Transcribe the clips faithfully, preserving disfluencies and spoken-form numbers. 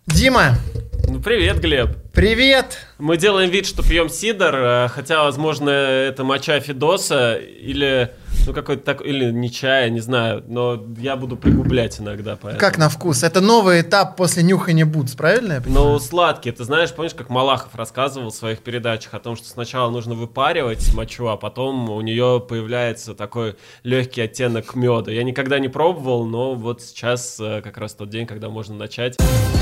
Дима! Ну, привет, Глеб. Привет! Мы делаем вид, что пьем сидр, хотя, возможно, это моча Фидоса или, ну, какой-то такой, или не чая, не знаю, но я буду пригублять иногда, поэтому. Как на вкус? Это новый этап после нюхания бутс, правильно я понимаю? Ну, сладкий. Ты знаешь, помнишь, как Малахов рассказывал в своих передачах о том, что сначала нужно выпаривать мочу, а потом у нее появляется такой легкий оттенок меда. Я никогда не пробовал, но вот сейчас как раз тот день, когда можно начать.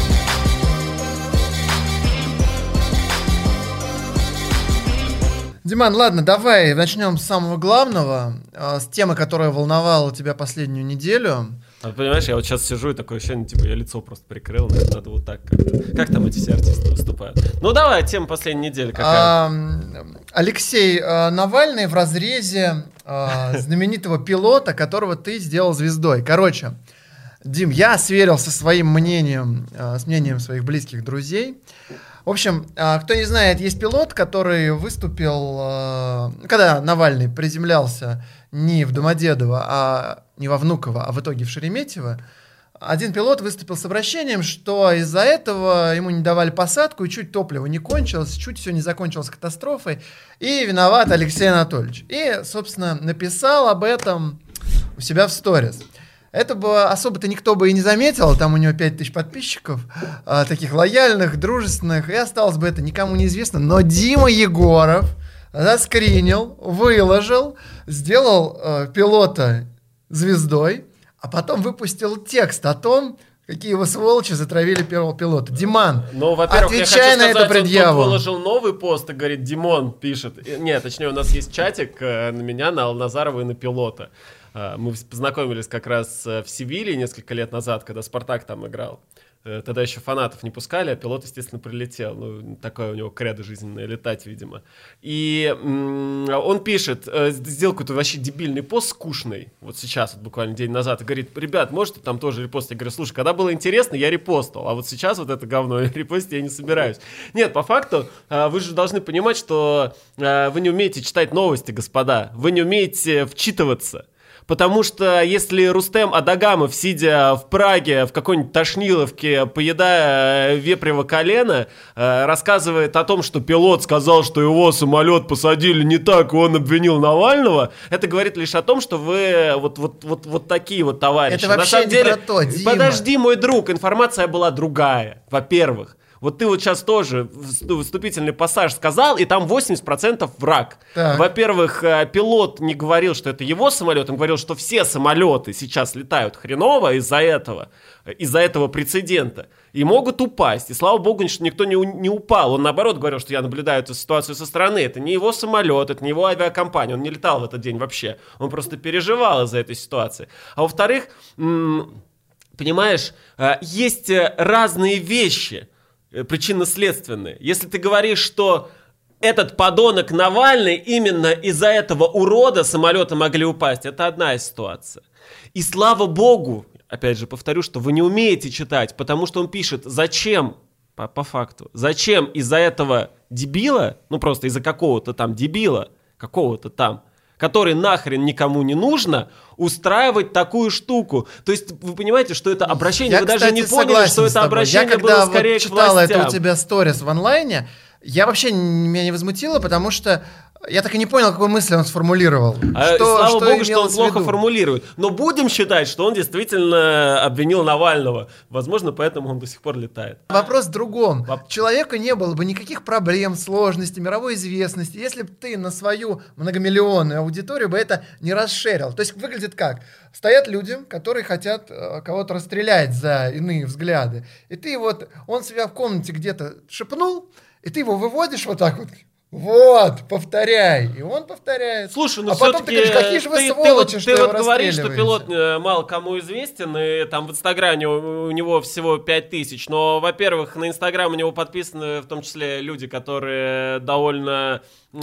Диман, ладно, давай начнем с самого главного, э, с темы, которая волновала тебя последнюю неделю. А, понимаешь, я вот сейчас сижу и такое ощущение, типа, я лицо просто прикрыл, надо, надо вот так. Как, как там эти все артисты выступают? Ну давай, тема последней недели какая? А, Алексей э, Навальный в разрезе э, знаменитого пилота, которого ты сделал звездой. Короче, Дим, я сверился со своим мнением, э, с мнением своих близких друзей. В общем, кто не знает, есть пилот, который выступил, когда Навальный приземлялся не в Домодедово, а не во Внуково, а в итоге в Шереметьево. Один пилот выступил с обращением, что из-за этого ему не давали посадку, и чуть топливо не кончилось, чуть все не закончилось катастрофой, и виноват Алексей Анатольевич. И, собственно, написал об этом у себя в сторис. Это бы особо-то никто бы и не заметил, там у него пять тысяч подписчиков, а, таких лояльных, дружественных, и осталось бы это никому неизвестно. Но Дима Егоров заскринил, выложил, сделал э, пилота звездой, а потом выпустил текст о том, какие его сволочи затравили первого пилота. Диман, ну, во-первых, отвечай я хочу на сказать, эту предъяву. Он выложил новый пост и говорит, Димон пишет. Нет, точнее, у нас есть чатик на меня, на Алназарова и на пилота. Мы познакомились как раз в Севилье несколько лет назад, когда «Спартак» там играл. Тогда еще фанатов не пускали, а пилот, естественно, прилетел. Ну, такое у него кредо жизненное, летать, видимо. И м- он пишет, сделал какой-то вообще дебильный пост, скучный, вот сейчас, вот буквально день назад, и говорит, ребят, можете там тоже репостить? Я говорю, слушай, когда было интересно, я репостил, а вот сейчас вот это говно репостить я не собираюсь. Нет, по факту, вы же должны понимать, что вы не умеете читать новости, господа, вы не умеете вчитываться. Потому что если Рустем Адагамов, сидя в Праге в какой-нибудь Тошниловке, поедая вепрево колено, рассказывает о том, что пилот сказал, что его самолет посадили не так, и он обвинил Навального, это говорит лишь о том, что вы вот, вот, вот, вот такие вот товарищи. Это вообще На самом не деле, про то, Дима. Подожди, мой друг, информация была другая, во-первых. Вот ты вот сейчас тоже вступительный пассаж сказал, и там восемьдесят процентов враг. Так. Во-первых, пилот не говорил, что это его самолет, он говорил, что все самолеты сейчас летают хреново из-за этого, из-за этого прецедента. И могут упасть. И слава богу, что никто не, не упал. Он наоборот говорил, что я наблюдаю эту ситуацию со стороны. Это не его самолет, это не его авиакомпания. Он не летал в этот день вообще. Он просто переживал из-за этой ситуации. А во-вторых, м- понимаешь, есть разные вещи, причинно-следственные. Если ты говоришь, что этот подонок Навальный, именно из-за этого урода самолеты могли упасть, это одна ситуация. И слава богу, опять же повторю, что вы не умеете читать, потому что он пишет, зачем, по, по факту, зачем из-за этого дебила, ну просто из-за какого-то там дебила, какого-то там, который нахрен никому не нужно, устраивать такую штуку. То есть вы понимаете, что это обращение, я, вы кстати, даже не поняли, что это обращение я, было скорее вот к властям. Я когда это у тебя сторис в онлайне, я вообще меня не возмутило, потому что я так и не понял, какую мысль он сформулировал. А, что, слава что богу, что он плохо формулирует. Но будем считать, что он действительно обвинил Навального. Возможно, поэтому он до сих пор летает. Вопрос в другом. Воп... Человеку не было бы никаких проблем, сложностей, мировой известности, если бы ты на свою многомиллионную аудиторию бы это не расширил. То есть выглядит как? Стоят люди, которые хотят э, кого-то расстрелять за иные взгляды. И ты вот, он себя в комнате где-то шепнул, и ты его выводишь вот так вот. Вот, повторяй. И он повторяет. Слушай, ну а потом ты говоришь, какие же вы ты, сволочи, ты, что ты его вот говоришь, что расстреливаете. пилот мало кому известен, и там в Инстаграме у, у него всего пять тысяч, но, во-первых, на Инстаграм у него подписаны в том числе люди, которые довольно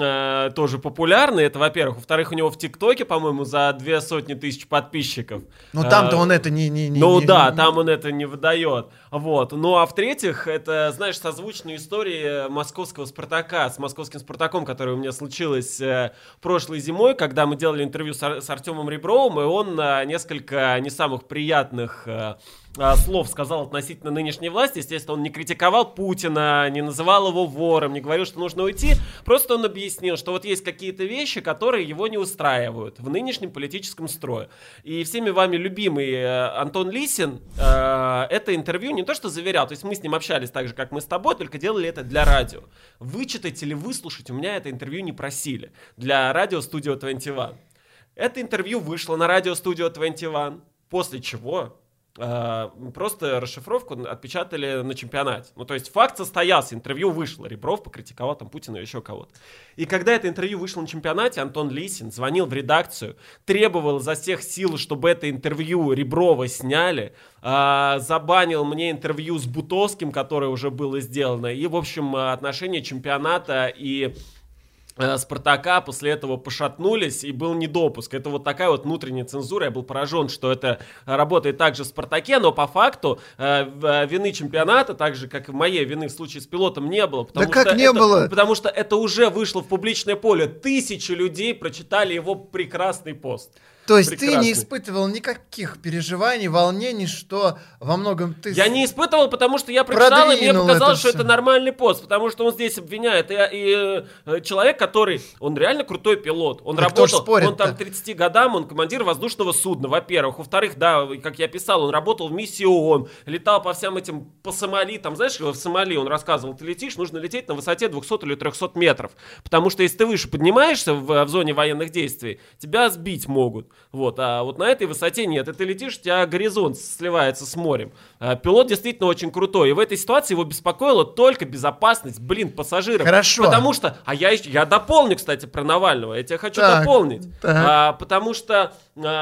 э, тоже популярны, это, во-первых. Во-вторых, у него в ТикТоке, по-моему, за две сотни тысяч подписчиков. Ну там-то он это не... не, не ну не, да, не, там он это не выдает. Вот. Ну а в-третьих, это, знаешь, созвучные истории московского «Спартака», с московским «Спартаком», которая у меня случилась э, прошлой зимой, когда мы делали интервью с, Ар- с Артемом Ребровым, и он на несколько не самых приятных э, а, слов сказал относительно нынешней власти. Естественно, он не критиковал Путина, не называл его вором, не говорил, что нужно уйти. Просто он объяснил, что вот есть какие-то вещи, которые его не устраивают в нынешнем политическом строе. И всеми вами любимый э, Антон Лисин э, это интервью не то что заверял, то есть мы с ним общались так же, как мы с тобой, только делали это для радио. Вычитать или выслушать у меня это интервью не просили. Для радио Studio двадцать один. Это интервью вышло на радио Studio двадцать один, после чего... просто расшифровку отпечатали на чемпионате. Ну, то есть факт состоялся, интервью вышло. Ребров покритиковал там Путина и еще кого-то. И когда это интервью вышло на чемпионате, Антон Лисин звонил в редакцию, требовал изо всех сил, чтобы это интервью Реброва сняли, а, забанил мне интервью с Бутовским, которое уже было сделано. И, в общем, отношения чемпионата и... Спартака после этого пошатнулись, и был недопуск. Это вот такая вот внутренняя цензура. Я был поражен, что это работает также в Спартаке, но по факту э, вины чемпионата, так же, как и моей вины в случае с пилотом, не было. Да как не это, было? Потому что это уже вышло в публичное поле. Тысячи людей прочитали его прекрасный пост. То есть Прекрасный. Ты не испытывал никаких переживаний, волнений, что во многом ты... Я не испытывал, потому что я прочитал, и мне показалось, это что все. это нормальный пост, потому что он здесь обвиняет. И, и, и человек, который... Он реально крутой пилот. Он так работал... Он там к тридцати годам, он командир воздушного судна, во-первых. Во-вторых, да, как я писал, он работал в миссии ООН, летал по всем этим... По Сомали, там, знаешь, в Сомали он рассказывал, ты летишь, нужно лететь на высоте двухсот или трехсот метров. Потому что если ты выше поднимаешься в, в зоне военных действий, тебя сбить могут. Вот. А вот на этой высоте нет. И ты летишь, у тебя горизонт сливается с морем. А, пилот действительно очень крутой. И в этой ситуации его беспокоила только безопасность, блин, пассажиров. Хорошо. Потому что... А я, я дополню, кстати, про Навального. Я тебя хочу так, дополнить. Так. А, потому что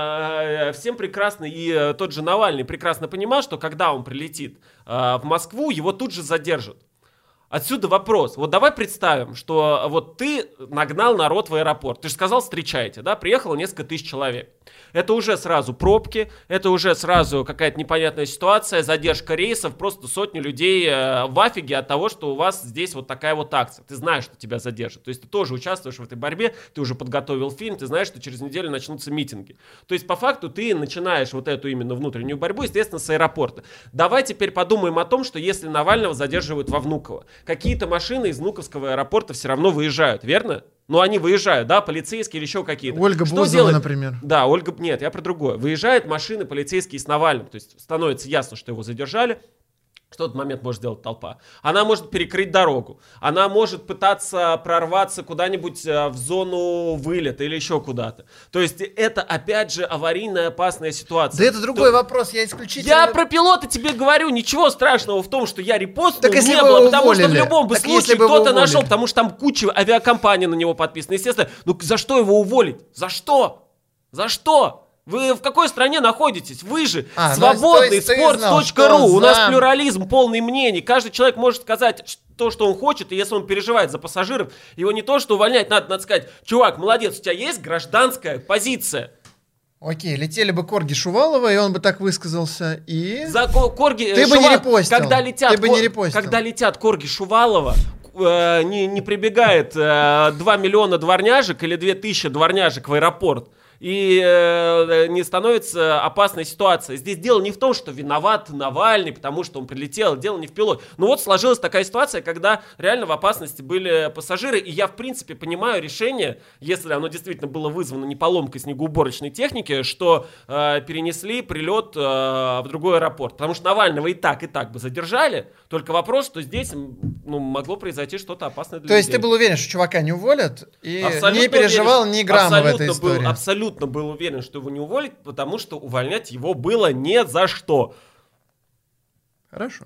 а, всем прекрасно, и а, тот же Навальный прекрасно понимал, что когда он прилетит а, в Москву, его тут же задержат. Отсюда вопрос. Вот давай представим, что вот ты нагнал народ в аэропорт. Ты же сказал, встречайте, да? Приехало несколько тысяч человек. Это уже сразу пробки, это уже сразу какая-то непонятная ситуация, задержка рейсов, просто сотни людей э, в афиге от того, что у вас здесь вот такая вот акция. Ты знаешь, что тебя задержат. То есть ты тоже участвуешь в этой борьбе, ты уже подготовил фильм, ты знаешь, что через неделю начнутся митинги. То есть по факту ты начинаешь вот эту именно внутреннюю борьбу, естественно, с аэропорта. Давай теперь подумаем о том, что если Навального задерживают во Внуково, какие-то машины из Внуковского аэропорта все равно выезжают, верно? Ну, они выезжают, да, полицейские или еще какие-то. Ольга Что Бузова, делать? Например. Да, Ольга, нет, я про другое. Выезжают машины полицейские с Навальным, то есть становится ясно, что его задержали. Что в этот момент может сделать толпа? Она может перекрыть дорогу. Она может пытаться прорваться куда-нибудь в зону вылета или еще куда-то. То есть это, опять же, аварийная опасная ситуация. Да это другой То... вопрос, я исключительно... Я про пилота тебе говорю, ничего страшного в том, что я репостнул, так не было, потому что в любом бы так случае кто-то нашел, потому что там куча авиакомпаний на него подписана. Естественно, ну за что его уволить? За что? За что? Вы в какой стране находитесь? Вы же а, свободный спорт точка ру. У за... нас плюрализм, полный мнений. Каждый человек может сказать то, что он хочет, и если он переживает за пассажиров, его не то, что увольнять надо, надо сказать: чувак, молодец, у тебя есть гражданская позиция. Окей, летели бы Корги Шувалова, и он бы так высказался, и... За Корги Ты Шува... бы не репостил. Когда летят, Ты бы не репостил. Когда летят Корги Шувалова, э, не, не прибегает э, два миллиона дворняжек или две тысячи дворняжек в аэропорт, и э, не становится опасной ситуация. Здесь дело не в том, что виноват Навальный, потому что он прилетел, дело не в пилоте. Но вот сложилась такая ситуация, когда реально в опасности были пассажиры, и я в принципе понимаю решение, если оно действительно было вызвано не поломкой снегоуборочной техники, что э, перенесли прилет э, в другой аэропорт. Потому что Навального и так, и так бы задержали, только вопрос, что здесь ну, могло произойти что-то опасное для То людей. есть ты был уверен, что чувака не уволят, и абсолютно не переживал уверен, ни грамма в этой был, истории? Абсолютно был уверен, что его не уволят, потому что увольнять его было не за что. Хорошо.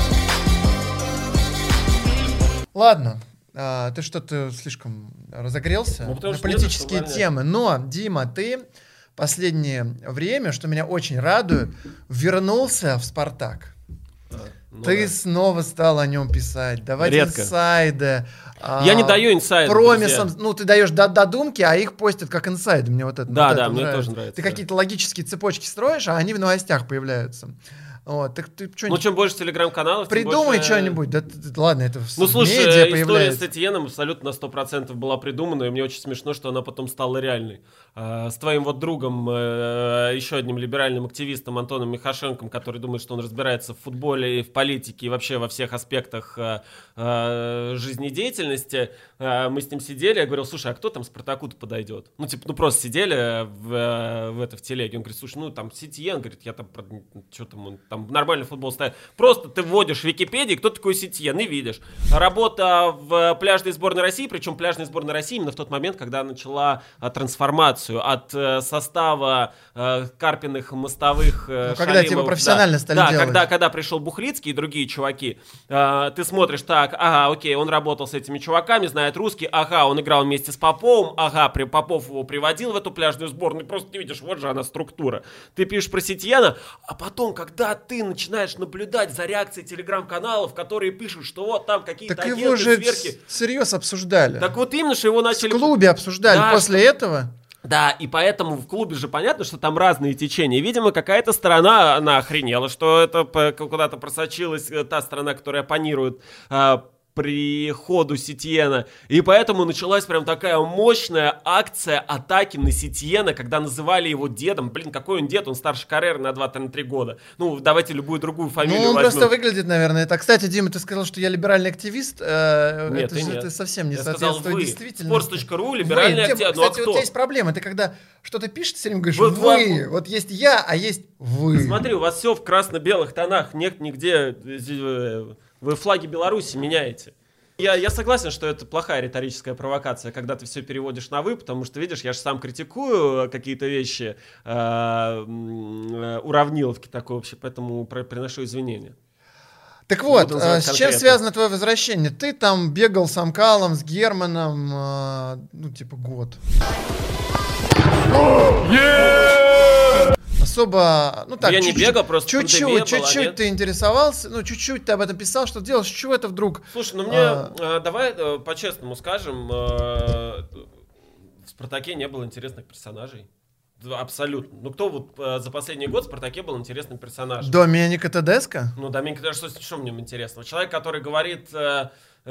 Ладно, а, ты что-то слишком разогрелся ну, на политические темы. Но, Дима, ты в последнее время, что меня очень радует, вернулся в «Спартак». Ну, ты да. снова стал о нем писать, давать Редко. инсайды. Я а, не даю инсайды. Промисом, ну ты даешь додумки, а их постят как инсайды. Мне вот это, да, вот да, это мне нравится. тоже нравится. Ты да. какие-то логические цепочки строишь, а они в новостях появляются. Вот, так ты ну, чем больше телеграм-каналов, придумай больше... что-нибудь. Да, ладно, это в ну, слушай, медиа история появляется. с Этьеном абсолютно на сто процентов была придумана, и мне очень смешно, что она потом стала реальной. А, с твоим вот другом, а, еще одним либеральным активистом Антоном Михашенком, который думает, что он разбирается в футболе и в политике, и вообще во всех аспектах а, а, жизнедеятельности, а, мы с ним сидели, я говорил, слушай, а кто там Спартаку-то подойдет? Ну, типа, ну, просто сидели в, в, это, в телеге, он говорит, слушай, ну, там, Сетьен, говорит, я там, что там, он там нормальный футбол ставит. Просто ты вводишь в Википедии, кто такой Сетьен, и видишь. Работа в пляжной сборной России, причем пляжная сборная России именно в тот момент, когда начала а, трансформацию от а, состава а, Карпиных, Мостовых, а, ну, когда типа профессионально да, стали да, делать. Когда, когда пришел Бухлицкий и другие чуваки, а, ты смотришь так, ага, окей, он работал с этими чуваками, знает русский, ага, он играл вместе с Поповым, ага, при, Попов его приводил в эту пляжную сборную, просто ты видишь, вот же она структура. Ты пишешь про Сетьена, а потом, когда ты начинаешь наблюдать за реакцией телеграм-каналов, которые пишут, что вот там какие-то так агенты его же сверхи. всерьез обсуждали. Так вот именно, что его начали... В клубе обсуждали да, после что... этого. Да, и поэтому в клубе же понятно, что там разные течения. Видимо, какая-то сторона, она охренела, что это куда-то просочилась та сторона, которая оппонирует приходу Сетьена. И поэтому началась прям такая мощная акция атаки на Сетьена, когда называли его дедом. Блин, какой он дед? Он старше Карреры на два-три года. Ну, давайте любую другую фамилию Ну, он возьмем. просто выглядит, наверное, так. Кстати, Дима, ты сказал, что я либеральный активист. Э, нет, это же нет. ты совсем не я соответствует действительности. спорт точка ру, либеральный активист. Кстати, ну, а вот кто? у тебя есть проблема. Ты когда что-то пишешь, все время говоришь вот «вы». вам... Вот есть я, а есть «вы». Смотри, у вас все в красно-белых тонах. Нет нигде... Вы флаги Беларуси меняете. Я, я согласен, что это плохая риторическая провокация, когда ты все переводишь на «вы», потому что, видишь, я же сам критикую какие-то вещи, э, уравниловки такой вообще, поэтому приношу извинения. Так вот, э, с чем связано твое возвращение? Ты там бегал с Амкалом, с Германом, э, ну, типа, год. Особо, ну так, я чуть-чуть, не бегал, просто чуть-чуть, чуть-чуть была, ты интересовался, ну чуть-чуть ты об этом писал, что делал, с чего это вдруг? Слушай, ну мне, а... э, давай э, по-честному скажем, э, в «Спартаке» не было интересных персонажей. Абсолютно. Ну кто вот э, за последний год в «Спартаке» был интересным персонажем? Доменико Тедеско? Ну, Доменико, что, что в нем интересного? Человек, который говорит... Э,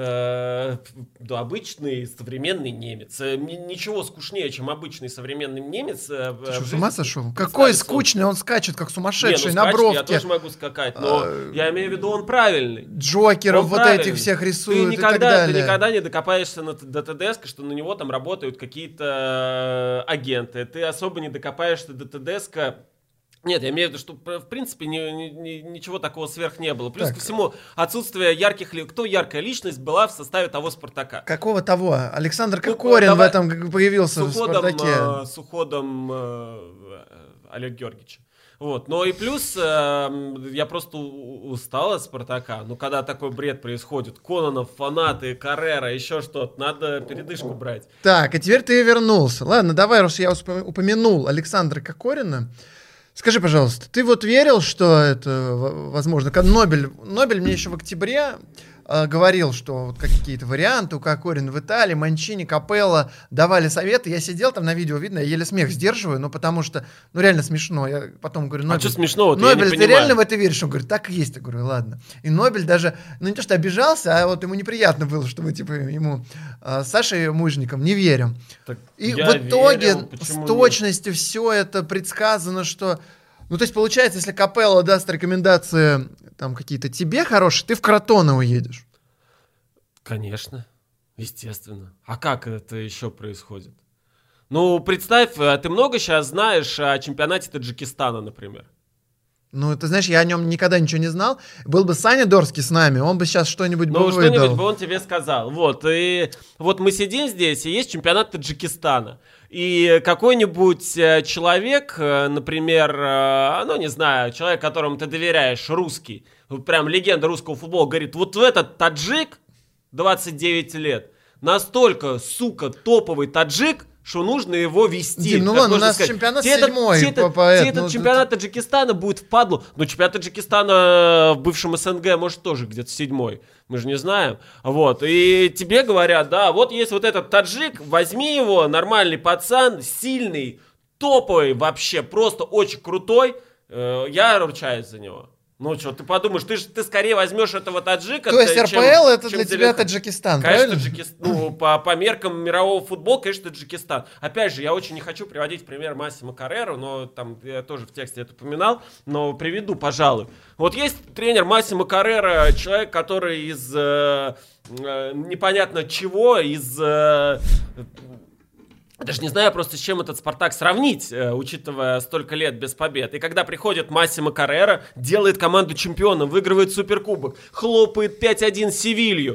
Э, да, обычный современный немец. Ничего скучнее, чем обычный современный немец. Ты что, с ума сошел? Какой скучный, он скачет, как сумасшедший, не, ну, на бровке. Я тоже могу скакать, но я имею в виду, он правильный. Джокеров вот этих всех рисуют ты никогда, и так далее. Ты никогда не докопаешься на, до ТДСК, что на него там работают какие-то агенты. Ты особо не докопаешься до ТДСК. Нет, я имею в виду, что в принципе ни, ни, ничего такого сверх не было. Плюс так. ко всему, отсутствие ярких... Кто яркая личность была в составе того «Спартака»? Какого того? Александр Кокорин ну, в этом появился с уходом, в «Спартаке». Э, с уходом э, Олега Георгиевича. Вот. Ну и плюс э, я просто устал от «Спартака». Ну когда такой бред происходит, Кононов, фанаты, Каррера, еще что-то, надо передышку брать. Так, и теперь ты вернулся. Ладно, давай, раз я упомянул Александра Кокорина. Скажи, пожалуйста, ты вот верил, что это возможно? Когда Нобель, Нобель мне еще в октябре э, говорил, что вот какие-то варианты у Кокорина в Италии, Манчини, Капелло давали советы. Я сидел там на видео, видно, я еле смех сдерживаю, но потому что, ну реально смешно. Я потом говорю, Нобель, а что смешного? Нобель, ты реально в это веришь? Он говорит, так и есть. Я говорю, ладно. И Нобель даже, ну не то что обижался, а вот ему неприятно было, что мы типа ему э, с Сашей Мужником не верим. Так и в итоге верил, с точностью нет? Все это предсказано, что... Ну, то есть, получается, если Капелло даст рекомендации там какие-то тебе хорошие, ты в Кротоне уедешь. Конечно, естественно. А как это еще происходит? Ну, представь, ты много сейчас знаешь о чемпионате Таджикистана, например. Ну, ты знаешь, я о нем никогда ничего не знал. Был бы Саня Дорский с нами, он бы сейчас что-нибудь бы выдал. Ну, что-нибудь бы он тебе сказал. Вот, и вот мы сидим здесь, и есть чемпионат Таджикистана. И какой-нибудь человек, например, ну, не знаю, человек, которому ты доверяешь, русский, прям легенда русского футбола, говорит, вот этот таджик, двадцать девять лет, настолько, сука, топовый таджик, что нужно его вести. Дим, ну ладно, у нас сказать. Чемпионат тебе седьмой. Тебе этот, по тебе этот ну, чемпионат ты... Таджикистана будет впадлу. Но чемпионат Таджикистана в бывшем СНГ может тоже где-то седьмой. Мы же не знаем. Вот. И тебе говорят, да, вот есть вот этот таджик, возьми его, нормальный пацан, сильный, топовый вообще, просто очень крутой. Я ручаюсь за него. Ну что, ты подумаешь, ты, ты скорее возьмешь этого таджика. То есть эр пэ эл это для тебя Таджикистан, конечно, правильно? Таджикистан. Ну, по, по меркам мирового футбола, конечно, Таджикистан. Опять же, я очень не хочу приводить в пример Массимо Карреру, но там я тоже в тексте это упоминал, но приведу, пожалуй. Вот есть тренер Массимо Каррера, человек, который из э, э, непонятно чего, из... Э, Даже не знаю просто, с чем этот «Спартак» сравнить, э, учитывая столько лет без побед. И когда приходит Массимо Каррера, делает команду чемпионом, выигрывает суперкубок, хлопает пять один Севилью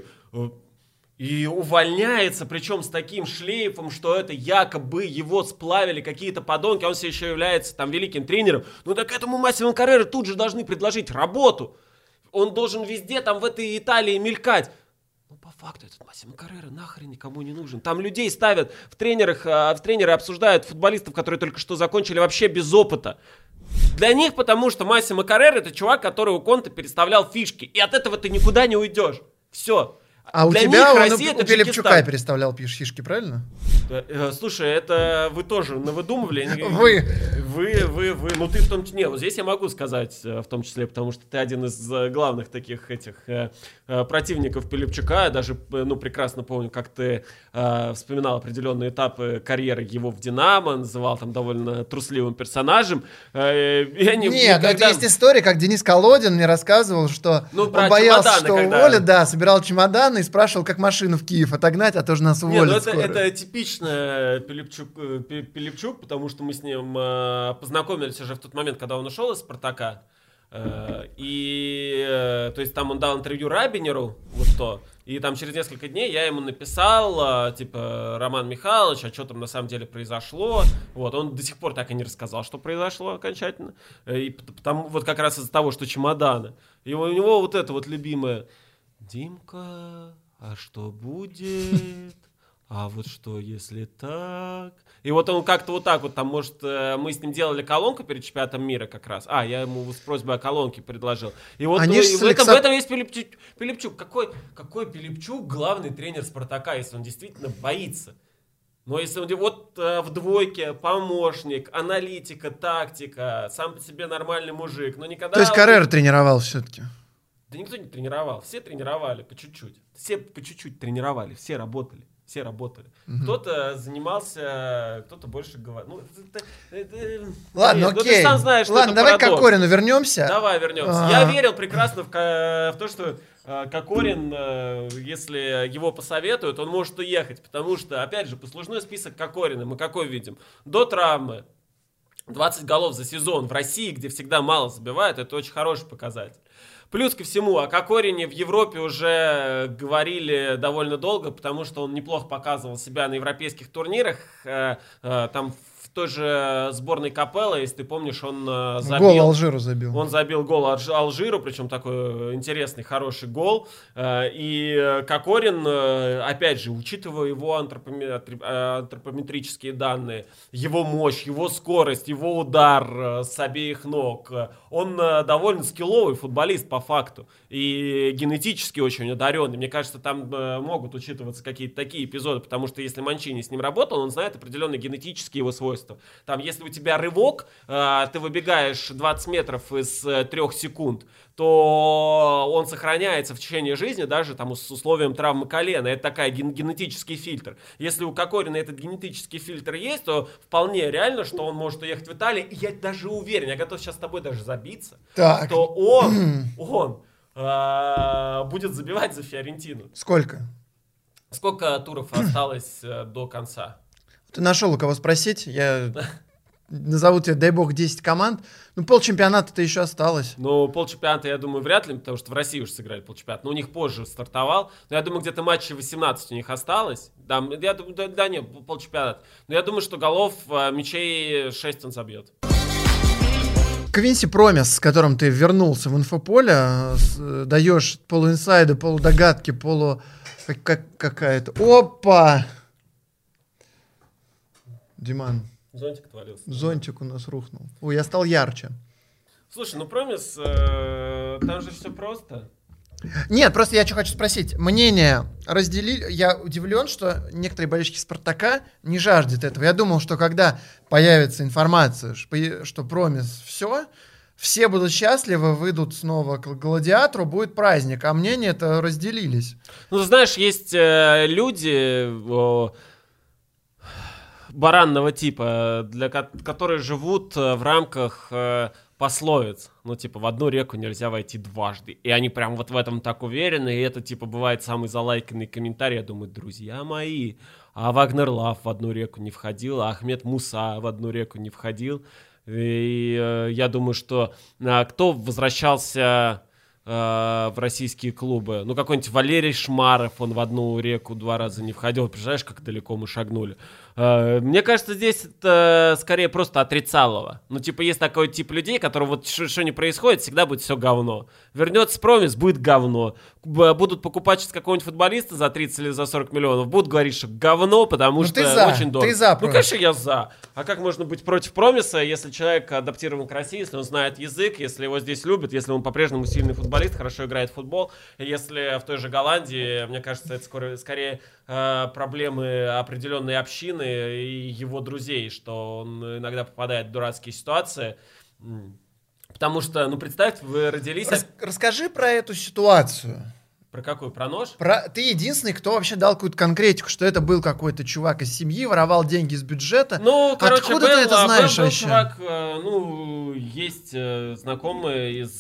и увольняется, причем с таким шлейфом, что это якобы его сплавили какие-то подонки, а он все еще является там великим тренером. Ну так этому Массимо Каррера тут же должны предложить работу. Он должен везде там в этой Италии мелькать. Ну, по факту, этот Массимо Каррера нахрен никому не нужен. Там людей ставят в тренерах, в тренеры обсуждают футболистов, которые только что закончили вообще без опыта. Для них, потому что Массимо Каррера это чувак, который у Конте переставлял фишки. И от этого ты никуда не уйдешь. Все. А у Для тебя них он Россия, у Пилипчука переставлял фишки, правильно? Слушай, это вы тоже навыдумывали. Вы. Вы, вы, вы. Ну ты в том числе. Не, вот здесь я могу сказать в том числе, потому что ты один из главных таких этих э, противников Пилипчука. Я даже, ну, прекрасно помню, как ты э, вспоминал определенные этапы карьеры его в «Динамо», называл там довольно трусливым персонажем. Э, я не, Нет, никогда... это есть история, как Денис Колодин мне рассказывал, что ну, он боялся, что когда... уволят, да, собирал чемоданы и спрашивал, как машину в Киев отогнать, а тоже нас уволят. Нет, ну это, это типично Пилипчук, Пилипчук, потому что мы с ним э, познакомились уже в тот момент, когда он ушел из «Спартака». Э, и, э, то есть, там он дал интервью Рабинеру, вот то. И там через несколько дней я ему написал, э, типа, Роман Михайлович, а что там на самом деле произошло. Вот, он до сих пор так и не рассказал, что произошло окончательно. И потому, вот как раз из-за того, что чемоданы. И у него вот это вот любимое: Димка, а что будет? А вот что, если так? И вот он как-то вот так вот, там, может, мы с ним делали колонку перед чемпионатом мира как раз. А, я ему с просьбой о колонке предложил. И вот ну, и в, этом, в этом есть Пилипчук. Пилипчук. Какой, какой Пилипчук главный тренер «Спартака», если он действительно боится? Но если он вот э, в двойке помощник, аналитика, тактика, сам по себе нормальный мужик, но никогда... То есть Каррера тренировал все-таки? Да никто не тренировал, все тренировали по чуть-чуть. Все по чуть-чуть тренировали, все работали. Все работали. Угу. Кто-то занимался, кто-то больше говорил. Ну, это, это, ладно, нет, окей. Ну, ты сам знаешь, ладно, давай к Кокорину вернемся. Давай вернемся. А-а-а. Я верил прекрасно в, в то, что Кокорин, если его посоветуют, он может уехать. Потому что, опять же, послужной список Кокорина мы какой видим? До травмы двадцать голов за сезон в России, где всегда мало забивают, это очень хороший показатель. Плюс ко всему, о Кокорине в Европе уже говорили довольно долго, потому что он неплохо показывал себя на европейских турнирах. Там в той же сборной Капеллы, если ты помнишь, он забил... Гол Алжиру забил. Он забил гол Алжиру, причем такой интересный, хороший гол. И Кокорин, опять же, учитывая его антропометрические данные, его мощь, его скорость, его удар с обеих ног, он довольно скилловый футболист по факту. И генетически очень одаренный. Мне кажется, там могут учитываться какие-то такие эпизоды, потому что если Манчини с ним работал, он знает определенные генетические его свойства. Там, если у тебя рывок, э, ты выбегаешь двадцать метров из э, трех секунд, то он сохраняется в течение жизни, даже там с условием травмы колена. Это такой ген- генетический фильтр. Если у Кокорина этот генетический фильтр есть, то вполне реально, что он может уехать в Италию. И я даже уверен, я готов сейчас с тобой даже забиться, так. что он, он э, будет забивать за Фиорентину. Сколько? Сколько туров осталось э, до конца? Ты нашел у кого спросить? Я назову тебе, дай бог, десять команд. Ну, полчемпионата-то еще осталось. Ну, полчемпионата, я думаю, вряд ли, потому что в России уже сыграли полчемпионат. Но у них позже стартовал. Но я думаю, где-то матчей восемнадцать у них осталось. Да, я думаю, да, да нет, полчемпионат. Но я думаю, что голов, мячей шесть он забьет. Квинси Промис, с которым ты вернулся в инфополе, даешь полуинсайды, полудогадки, полу... Как, как, какая-то... Опа! Диман. Зонтик отвалился. Зонтик у нас рухнул. Ой, я стал ярче. Слушай, ну Промис, э, там же все просто. Нет, просто я что хочу спросить. Мнение разделили. Я удивлен, что некоторые болельщики Спартака не жаждут этого. Я думал, что когда появится информация, что Промис все, все будут счастливы, выйдут снова к гладиатору, будет праздник, а мнения-то разделились. Ну, знаешь, есть э, люди о, баранного типа, для ко- которые живут в рамках э, пословиц. Ну, типа, в одну реку нельзя войти дважды. И они прям вот в этом так уверены, и это, типа, бывает самый залайканный комментарий. Я думаю, друзья мои, а Вагнер Лав в одну реку не входил, а Ахмед Муса в одну реку не входил. И э, я думаю, что э, кто возвращался э, в российские клубы? Ну, какой-нибудь Валерий Шмаров, он в одну реку два раза не входил. Представляешь, как далеко мы шагнули? Э, мне кажется, здесь это скорее просто отрицалово. Ну, типа, есть такой тип людей, которые вот что ни происходит, всегда будет все говно. Вернется Промис, будет говно. Будут покупать сейчас какого-нибудь футболиста за тридцать или за сорок миллионов, будут говорить, что говно, потому ну, что ты за, очень дорого. Ты за, ну, конечно, я за. А как можно быть против Промиса, если человек адаптирован к России, если он знает язык, если его здесь любят, если он по-прежнему сильный футболист, хорошо играет в футбол, если в той же Голландии, мне кажется, это скоро, скорее э, проблемы определенной общины и его друзей, что он иногда попадает в дурацкие ситуации. Потому что, ну, представьте, вы родились... Рас- расскажи про эту ситуацию. Про какую? Про нож? Про... Ты единственный, кто вообще дал какую-то конкретику, что это был какой-то чувак из семьи, воровал деньги из бюджета. Ну, короче, Откуда был, ты это знаешь был, был вообще? чувак, ну, есть знакомые из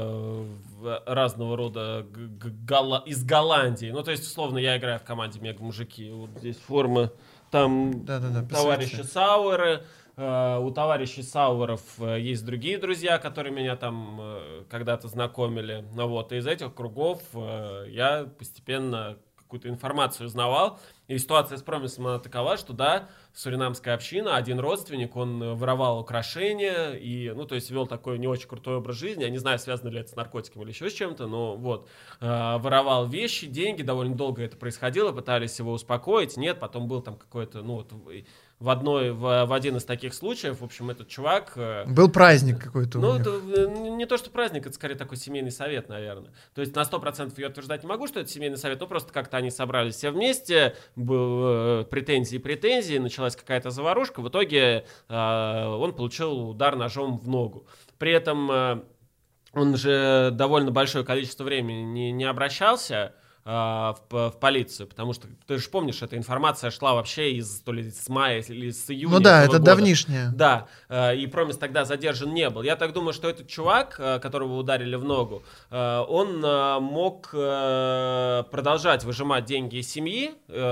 разного рода г- г- из Голландии. Ну, то есть, условно, я играю в команде Мега-мужики. Вот здесь форма. Там Да-да-да, товарищи Сауэры. Uh, у товарищей Сауэров uh, есть другие друзья, которые меня там uh, когда-то знакомили. Ну, вот, и из этих кругов uh, я постепенно какую-то информацию узнавал. И ситуация с Промисом она такова, что да, суринамская община, один родственник, он воровал украшения и, ну, то есть вел такой не очень крутой образ жизни. Я не знаю, связано ли это с наркотиками или еще с чем-то, но вот. Uh, воровал вещи, деньги, довольно долго это происходило, пытались его успокоить. Нет, потом был там какой-то, ну, вот... В, одной, в, в один из таких случаев, в общем, этот чувак... Был праздник какой-то. Ну, это, не то, что праздник, это скорее такой семейный совет, наверное. То есть на сто процентов я утверждать не могу, что это семейный совет, но просто как-то они собрались все вместе, был э, претензии, претензии, началась какая-то заварушка, в итоге э, он получил удар ножом в ногу. При этом э, он же довольно большое количество времени не, не обращался В, в полицию, потому что, ты же помнишь, эта информация шла вообще из, то ли с мая или с июня. Ну да, это года. давнишняя. Да, и Промис тогда задержан не был. Я так думаю, что этот чувак, которого ударили в ногу, он мог продолжать выжимать деньги из семьи,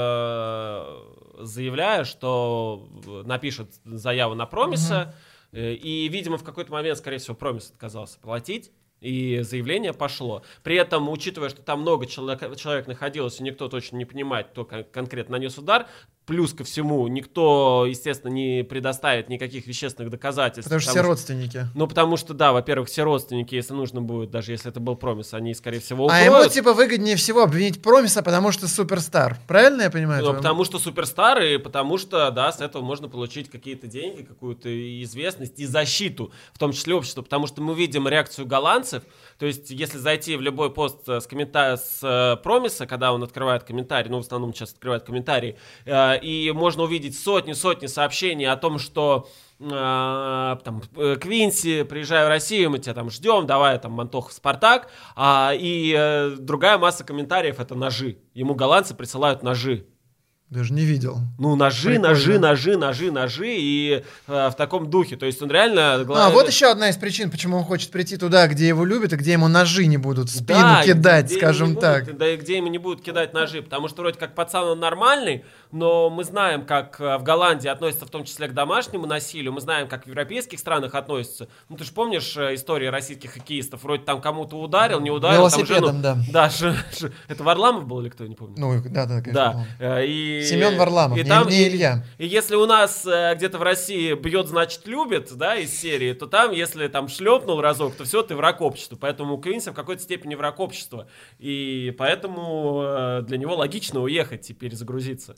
заявляя, что напишет заяву на Промиса, угу. И, видимо, в какой-то момент, скорее всего, Промис отказался платить. И заявление пошло. При этом, учитывая, что там много человек, человек находилось, и никто точно не понимает, кто конкретно нанес удар, плюс ко всему, никто, естественно, не предоставит никаких вещественных доказательств. Потому что все родственники. Ну, потому что, да, во-первых, все родственники, если нужно будет, даже если это был Промис, они, скорее всего, укроют. А ему, типа, выгоднее всего обвинить Промиса, потому что суперстар. Правильно я понимаю? Ну, потому что суперстар, и потому что, да, с этого можно получить какие-то деньги, какую-то известность и защиту, в том числе общества. Потому что мы видим реакцию голландцев. То есть, если зайти в любой пост с комментарием с э, Промиса, когда он открывает комментарий, ну, в основном сейчас открывает комментарий, э, и можно увидеть сотни-сотни сообщений о том, что э, там, Квинси, приезжай в Россию, мы тебя там ждем, давай там Мантохов, Спартак, а, и э, другая масса комментариев — это ножи. Ему голландцы присылают ножи. Даже не видел. Ну, ножи, Прикольно. ножи, ножи, ножи, ножи, и э, в таком духе. То есть он реально... А, вот еще одна из причин, почему он хочет прийти туда, где его любят, и где ему ножи не будут в спину да, кидать, где, где скажем так. Будут, да, и где ему не будут кидать ножи. Потому что вроде как пацан он нормальный, но мы знаем, как в Голландии относятся в том числе к домашнему насилию, мы знаем, как в европейских странах относятся. Ну, ты же помнишь истории российских хоккеистов? Вроде там кому-то ударил, не ударил. Велосипедом, там жену... да. Да, ш... Ш... это Варламов был или кто, я не помню? Ну, да, да, конечно. Да. И... Семен Варламов, и не, там, не Илья. И, и если у нас э, где-то в России бьет, значит, любит, да, из серии, то там, если там шлепнул разок, то все, ты враг общества. Поэтому Квинси в какой-то степени враг общества. И поэтому э, для него логично уехать и перезагрузиться.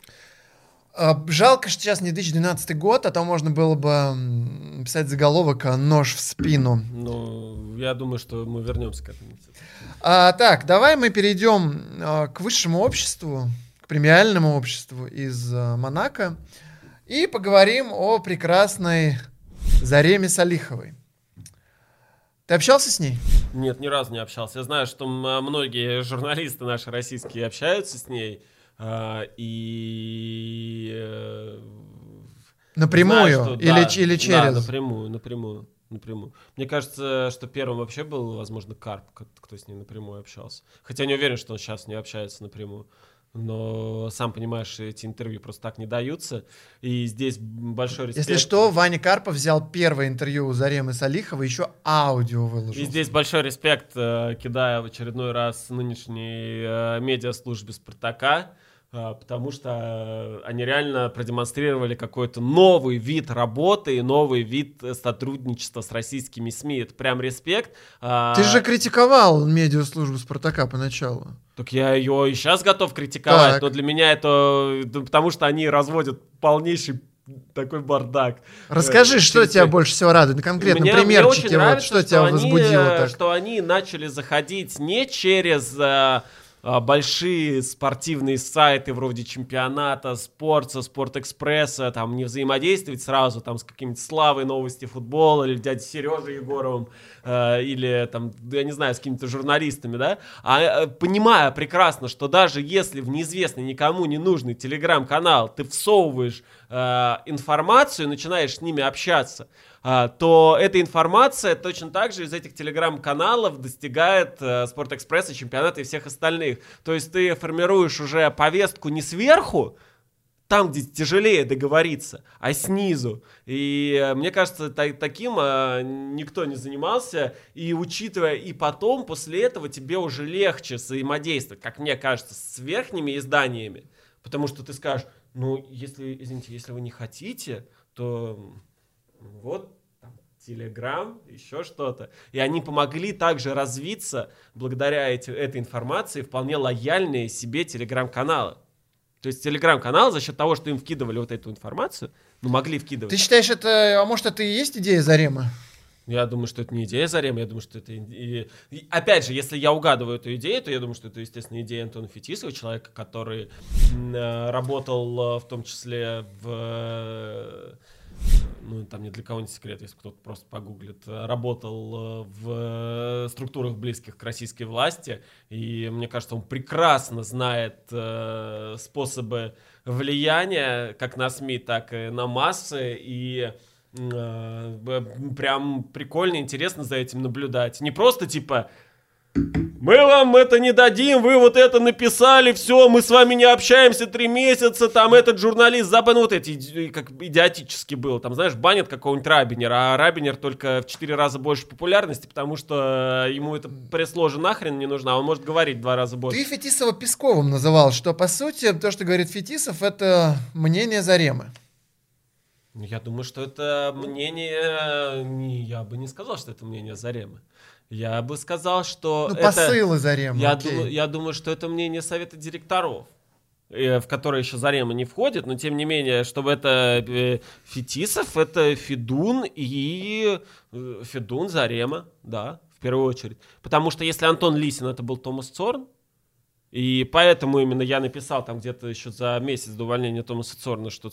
Жалко, что сейчас не две тысячи двенадцатый год, а то можно было бы писать заголовок «Нож в спину». Ну, я думаю, что мы вернемся к этому. А, так, давай мы перейдем а, к высшему обществу, к премиальному обществу из а, Монако и поговорим о прекрасной Зареме Салиховой. Ты общался с ней? Нет, ни разу не общался. Я знаю, что многие журналисты наши российские общаются с ней. И... Напрямую? Знаю, что, или, да, или через? Да, напрямую, напрямую. Напрямую. Мне кажется, что первым вообще был, возможно, Карп, кто с ней напрямую общался. Хотя не уверен, что он сейчас не общается напрямую. Но, сам понимаешь, эти интервью просто так не даются. И здесь большой респект. Если что, Ваня Карпов взял первое интервью у Заремы Салиховой, еще аудио выложил. И здесь большой респект, э, кидая в очередной раз нынешней э, медиаслужбе «Спартака», э, потому что они реально продемонстрировали какой-то новый вид работы и новый вид сотрудничества с российскими СМИ. Это прям респект. Ты же критиковал медиаслужбу «Спартака» поначалу. Так я ее и сейчас готов критиковать, так. но для меня это... Потому что они разводят полнейший такой бардак. Расскажи, что Через... тебя больше всего радует? На конкретном мне, примерчике. Мне очень нравится, вот, что, что тебя они, возбудило так? Что они начали заходить не через... большие спортивные сайты вроде Чемпионата, Спорта, Спортэкспресса, там не взаимодействовать сразу там с какими-то Славой, Новости футбола или дядей Сережей Егоровым, э, или там, я не знаю, с какими-то журналистами, да, а э, понимая прекрасно, что даже если в неизвестный, никому не нужный телеграм-канал ты всовываешь э, информацию, начинаешь с ними общаться, то эта информация точно так же из этих телеграм-каналов достигает э, Спортэкспресса, Чемпионата и всех остальных. То есть ты формируешь уже повестку не сверху, там, где тяжелее договориться, а снизу. И э, мне кажется, та- таким э, никто не занимался. И учитывая, и потом, после этого тебе уже легче взаимодействовать, как мне кажется, с верхними изданиями. Потому что ты скажешь, ну, если, извините, если вы не хотите, то... Вот, там, Телеграм, еще что-то. И они помогли также развиться, благодаря эти, этой информации, вполне лояльные себе Телеграм-каналы. То есть Телеграм-каналы за счет того, что им вкидывали вот эту информацию, ну, могли вкидывать. Ты считаешь, это, а может, это и есть идея Заремы? Я думаю, что это не идея Заремы, я думаю, что это... И... И, опять же, если я угадываю эту идею, то я думаю, что это, естественно, идея Антона Фетисова, человека, который э, работал в том числе в... Ну, там ни для кого не секрет, если кто-то просто погуглит, работал в структурах, близких к российской власти, и мне кажется, он прекрасно знает э, способы влияния как на СМИ, так и на массы, и э, прям прикольно, интересно за этим наблюдать. Не просто типа... Мы вам это не дадим, вы вот это написали, все, мы с вами не общаемся три месяца, там этот журналист забан, вот эти, как идиотически было, там, знаешь, банят какого-нибудь Рабинера, а Рабинер только в четыре раза больше популярности, потому что ему это пресс-ложа нахрен не нужна, он может говорить в два раза больше. Ты Фетисова Песковым называл, что, по сути, то, что говорит Фетисов, это мнение Заремы. Я думаю, что это мнение, не, я бы не сказал, что это мнение Заремы. Я бы сказал, что ну, это... посылы Заремы, я окей. думаю, я думаю, что это мнение совета директоров, в который еще Зарема не входит, но тем не менее, чтобы это Фетисов, это Федун и Федун, Зарема, да, в первую очередь. Потому что если Антон Лисин, это был Томас Цорн, и поэтому именно я написал там где-то еще за месяц до увольнения Томаса Цорна, что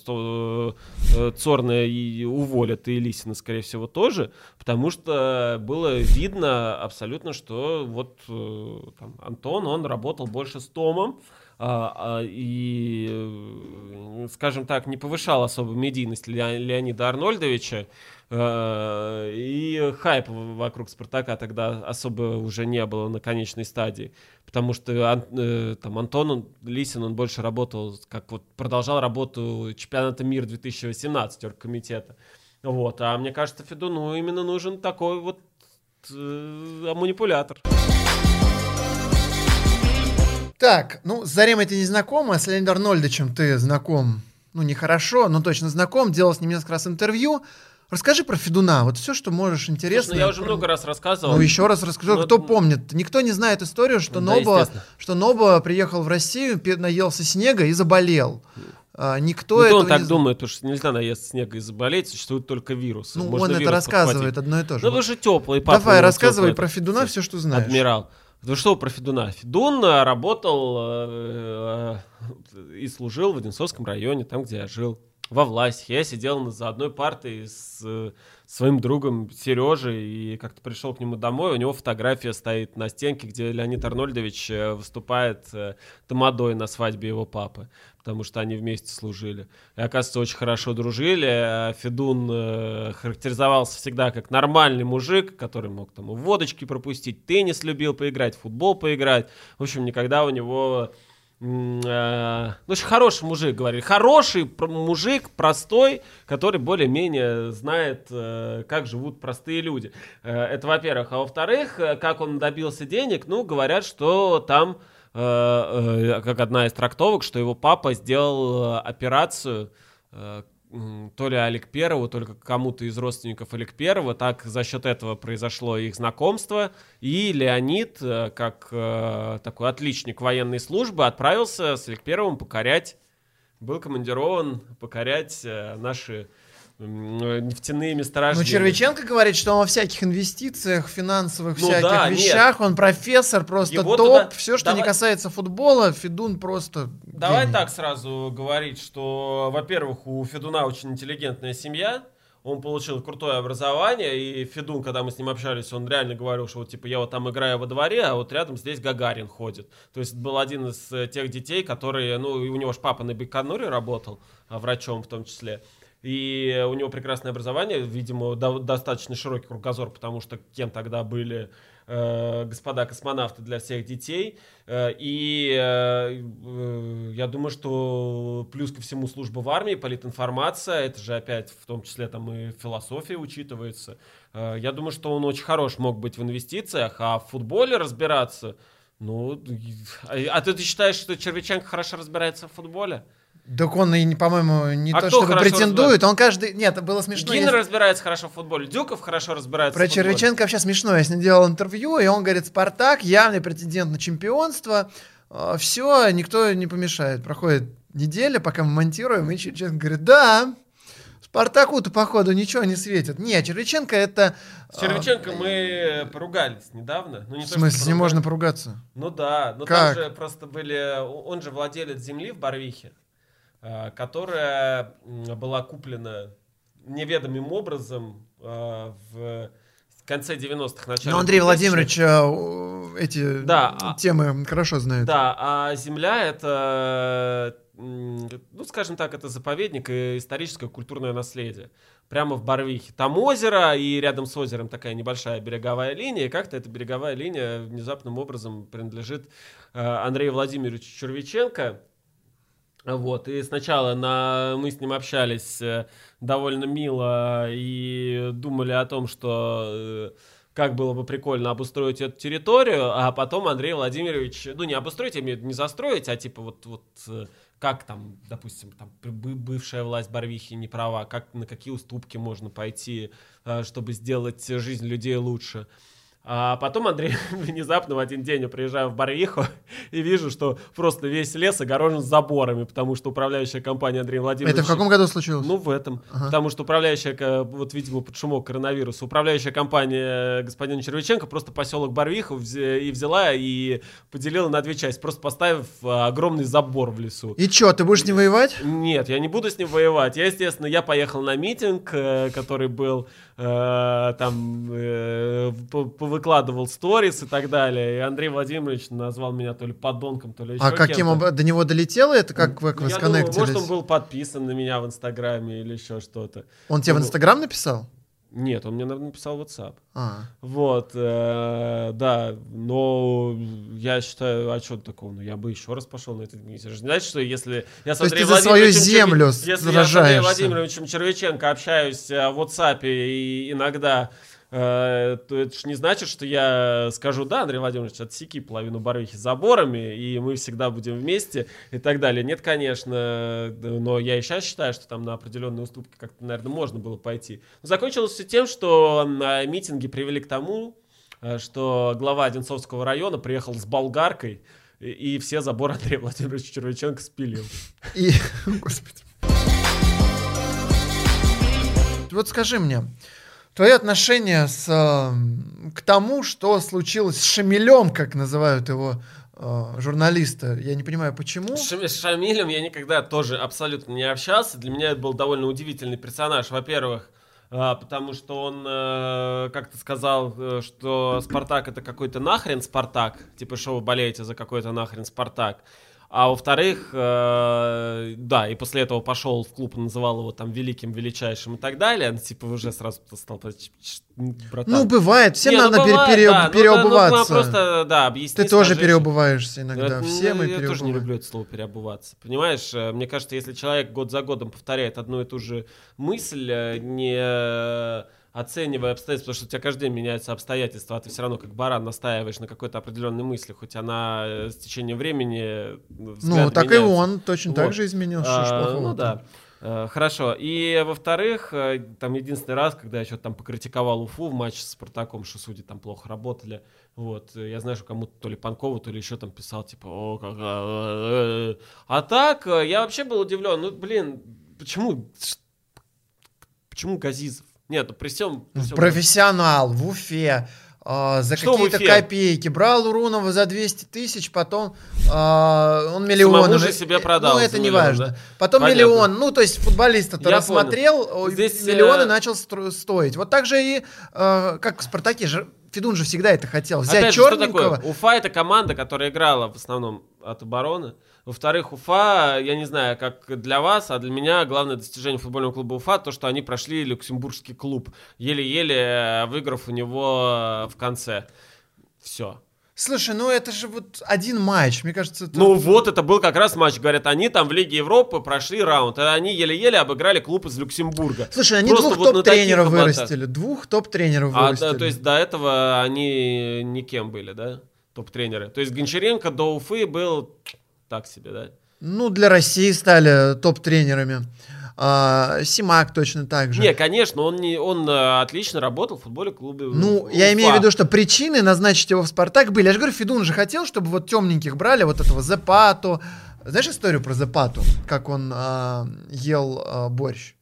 Цорна и уволят, и Лисина, скорее всего, тоже, потому что было видно абсолютно, что вот там, Антон, он работал больше с Томом, а, а, и, скажем так, не повышал особо медийность Ле- Леонида Арнольдовича, а, и хайпа вокруг Спартака тогда особо уже не было на конечной стадии, потому что ан, э, там, Антон он, Лисин, он больше работал, как вот продолжал работу чемпионата мира две тысячи восемнадцать оргкомитета. Вот, а мне кажется, Федуну именно нужен такой вот э, манипулятор. Так, ну, с Заремой ты не знаком, а с Леонидом Арнольдовичем ты знаком, ну, нехорошо, но точно знаком, делал с ним несколько раз интервью. Расскажи про Федуна, вот все, что можешь, интересно. Слушай, ну, я уже про... много раз рассказывал. Ну, еще раз расскажу, но... кто помнит. Никто не знает историю, что, да, Ноба, что Ноба приехал в Россию, наелся снега и заболел. А, никто ну, этого он так не... думает, потому что нельзя наесться снега и заболеть, существует только вирус. Ну, можно он вирус это рассказывает подхватить. одно и то же. Ну, вы же теплый, папа. Давай, рассказывай про Федуна все, что знаешь. Адмирал. Ну что про Федуна? Федун работал э, э, и служил в Одинцовском районе, там, где я жил, во власти. Я сидел за одной партой с, своим другом Сережей и как-то пришел к нему домой. У него фотография стоит на стенке, где Леонид Арнольдович выступает тамадой на свадьбе его папы, потому что они вместе служили. И, оказывается, очень хорошо дружили. Федун э, характеризовался всегда как нормальный мужик, который мог там водочки пропустить, теннис любил поиграть, футбол поиграть. В общем, никогда у него... Э, ну, очень хороший мужик, говорили. Хороший пр- мужик, простой, который более-менее знает, э, как живут простые люди. Э, это, во-первых. А во-вторых, как он добился денег, ну, говорят, что там... как одна из трактовок, что его папа сделал операцию то ли Олег Первого, то ли кому-то из родственников Олег Первого. Так за счет этого произошло их знакомство. И Леонид, как такой отличник военной службы, отправился с Олег Первым покорять, был командирован покорять наши нефтяные месторождения. Ну, Червиченко говорит, что он во всяких инвестициях, финансовых ну, всяких да, вещах, нет. он профессор, просто Его топ. туда... Все, что Давай... не касается футбола, Федун просто Давай гений. Так сразу говорить, что, во-первых, у Федуна очень интеллигентная семья, он получил крутое образование, и Федун, когда мы с ним общались, он реально говорил, что вот типа я вот там играю во дворе, а вот рядом здесь Гагарин ходит. То есть был один из тех детей, которые, ну, у него же папа на Байконуре работал, врачом в том числе. И у него прекрасное образование, видимо, до, достаточно широкий кругозор, потому что кем тогда были э, господа космонавты для всех детей. Э, и э, э, я думаю, что плюс ко всему служба в армии, политинформация, это же опять в том числе там и философия учитывается. Э, я думаю, что он очень хорош мог быть в инвестициях, а в футболе разбираться... Ну, а, а ты, ты считаешь, что Червиченко хорошо разбирается в футболе? Так он, и, по-моему, не а то чтобы претендует, разбирается? он каждый... Нет, это было смешно. Гиннер я... разбирается хорошо в футболе, Дюков хорошо разбирается Про в футболе. Червиченко вообще смешно. Я с ним делал интервью, и он говорит, Спартак явный претендент на чемпионство. Все, никто не помешает. Проходит неделя, пока мы монтируем, и Червиченко говорит, да... Спартаку-то, походу, ничего не светит. Не, Червиченко это... С Червиченко а... мы поругались недавно. Ну, не в смысле, с ним можно поругаться? Ну да, но как? там же просто были... Он же владелец земли в Барвихе, которая была куплена неведомым образом в конце девяностых, начале. Но Андрей Владимирович эти да, темы хорошо знает. Да, а земля это... ну, скажем так, это заповедник и историческое культурное наследие. Прямо в Барвихе. Там озеро, и рядом с озером такая небольшая береговая линия, и как-то эта береговая линия внезапным образом принадлежит э, Андрею Владимировичу Червиченко. Вот, и сначала на... мы с ним общались э, довольно мило и думали о том, что... Э, как было бы прикольно обустроить эту территорию, а потом Андрей Владимирович, ну, не обустроить, я имею в виду не застроить, а типа вот, вот как там, допустим, там, бывшая власть Барвихи не права, как, на какие уступки можно пойти, чтобы сделать жизнь людей лучше. А потом Андрей внезапно в один день я приезжаю в Барвиху и вижу, что просто весь лес огорожен заборами, потому что управляющая компания Андрея Владимировича... Это в каком году случилось? Ну, в этом. Ага. Потому что управляющая, вот, видимо, под шумок коронавируса, управляющая компания господина Червиченко просто поселок Барвиху и взяла и поделила на две части, просто поставив огромный забор в лесу. И что, ты будешь с ним воевать? Нет, я не буду с ним воевать. Я, естественно, я поехал на митинг, который был э, там... Э, по выкладывал сторис и так далее, и Андрей Владимирович назвал меня то ли подонком, то ли еще а кем-то. А каким он, до него долетело это, как вы, как вы я сконнектились? Думаю, может, он был подписан на меня в Инстаграме или еще что-то. Он тебе ну, в Инстаграм написал? Нет, он мне написал в WhatsApp. А. Вот, э, да, но я считаю, а что такого? Ну, я бы еще раз пошел на этот митинг. Знаете, что если я с Андреем Владимировичем, землю Черви... если я с Андреем Владимировичем Червиченко общаюсь в WhatsApp и иногда... то это же не значит, что я скажу, да, Андрей Владимирович, отсеки половину Барвихи заборами, и мы всегда будем вместе, и так далее. Нет, конечно, но я и сейчас считаю, что там на определенные уступки как-то, наверное, можно было пойти. Но закончилось все тем, что митинги привели к тому, что глава Одинцовского района приехал с болгаркой, и все заборы Андрея Владимировича Червиченко спилил. И, господи. Вот скажи мне, твое отношение с, э, к тому, что случилось с Шамилем, как называют его э, журналисты. Я не понимаю, почему. С, Шам, с Шамилем я никогда тоже абсолютно не общался. Для меня это был довольно удивительный персонаж. Во-первых, А, потому что он э, как-то сказал, э, что Спартак это какой-то нахрен Спартак, типа, что вы болеете за какой-то нахрен Спартак. А во-вторых, э, да, и после этого пошел в клуб, называл его там великим, величайшим и так далее. Типа уже сразу стал, братан. Ну, бывает, всем Не, надо ну, бывает, пере- да, переобуваться. Ну, да, ну, просто, да, объясни, Ты тоже скажи, переобуваешься иногда, это, все ну, мы я переобуваемся. тоже не люблю это слово переобуваться. Понимаешь, мне кажется, если человек год за годом повторяет одну и ту же мысль, не оценивая обстоятельства, потому что у тебя каждый день меняются обстоятельства, а ты все равно как баран настаиваешь на какой-то определенной мысли, хоть она с течением времени Ну, так меняется. И он точно вот. так же изменился. А, ну да. А, хорошо. И во-вторых, там единственный раз, когда я что-то там покритиковал Уфу в матче с Спартаком, что судьи там плохо работали. Вот. Я знаю, что кому-то то ли Панкову, то ли еще там писал, типа, о, как... А так, я вообще был удивлен. Ну, блин, почему... Почему Газизов? Нет, ну при всем... При всем... Профессионал в Уфе, э, за что какие-то копейки. Брал Урунова за двести тысяч, потом э, он миллион. Самому же себе продал. Ну, это не важно. Да? Потом Понятно. Миллион. Ну, то есть футболиста-то Я рассмотрел, понял. Здесь, миллионы э... начал стро- стоить. Вот так же и, э, как в «Спартаке», же Федун же всегда это хотел. Взять Опять же, черненького. Что такое? Уфа — это команда, которая играла в основном от обороны. Во-вторых, Уфа, я не знаю, как для вас, а для меня главное достижение футбольного клуба Уфа то, что они прошли люксембургский клуб, еле-еле выиграв у него в конце. Все. Слушай, ну это же вот один матч, мне кажется... Это... Ну вот, это был как раз матч. Говорят, они там в Лиге Европы прошли раунд, а они еле-еле обыграли клуб из Люксембурга. Слушай, они Просто двух вот топ-тренеров вырастили. Двух топ-тренеров а, вырастили. Да, то есть до этого они никем были, да? Топ-тренеры. То есть Гончаренко до Уфы был так себе, да? Ну, для России стали топ-тренерами. А, Симак точно так же. Не, конечно, он, не, он а, отлично работал в футболе клубе. Ну, Уфа. я имею в виду, что причины назначить его в «Спартак» были. Я же говорю, Федун же хотел, чтобы вот темненьких брали, вот этого Зепату. Знаешь историю про Зепату? Как он а, ел а, борщ?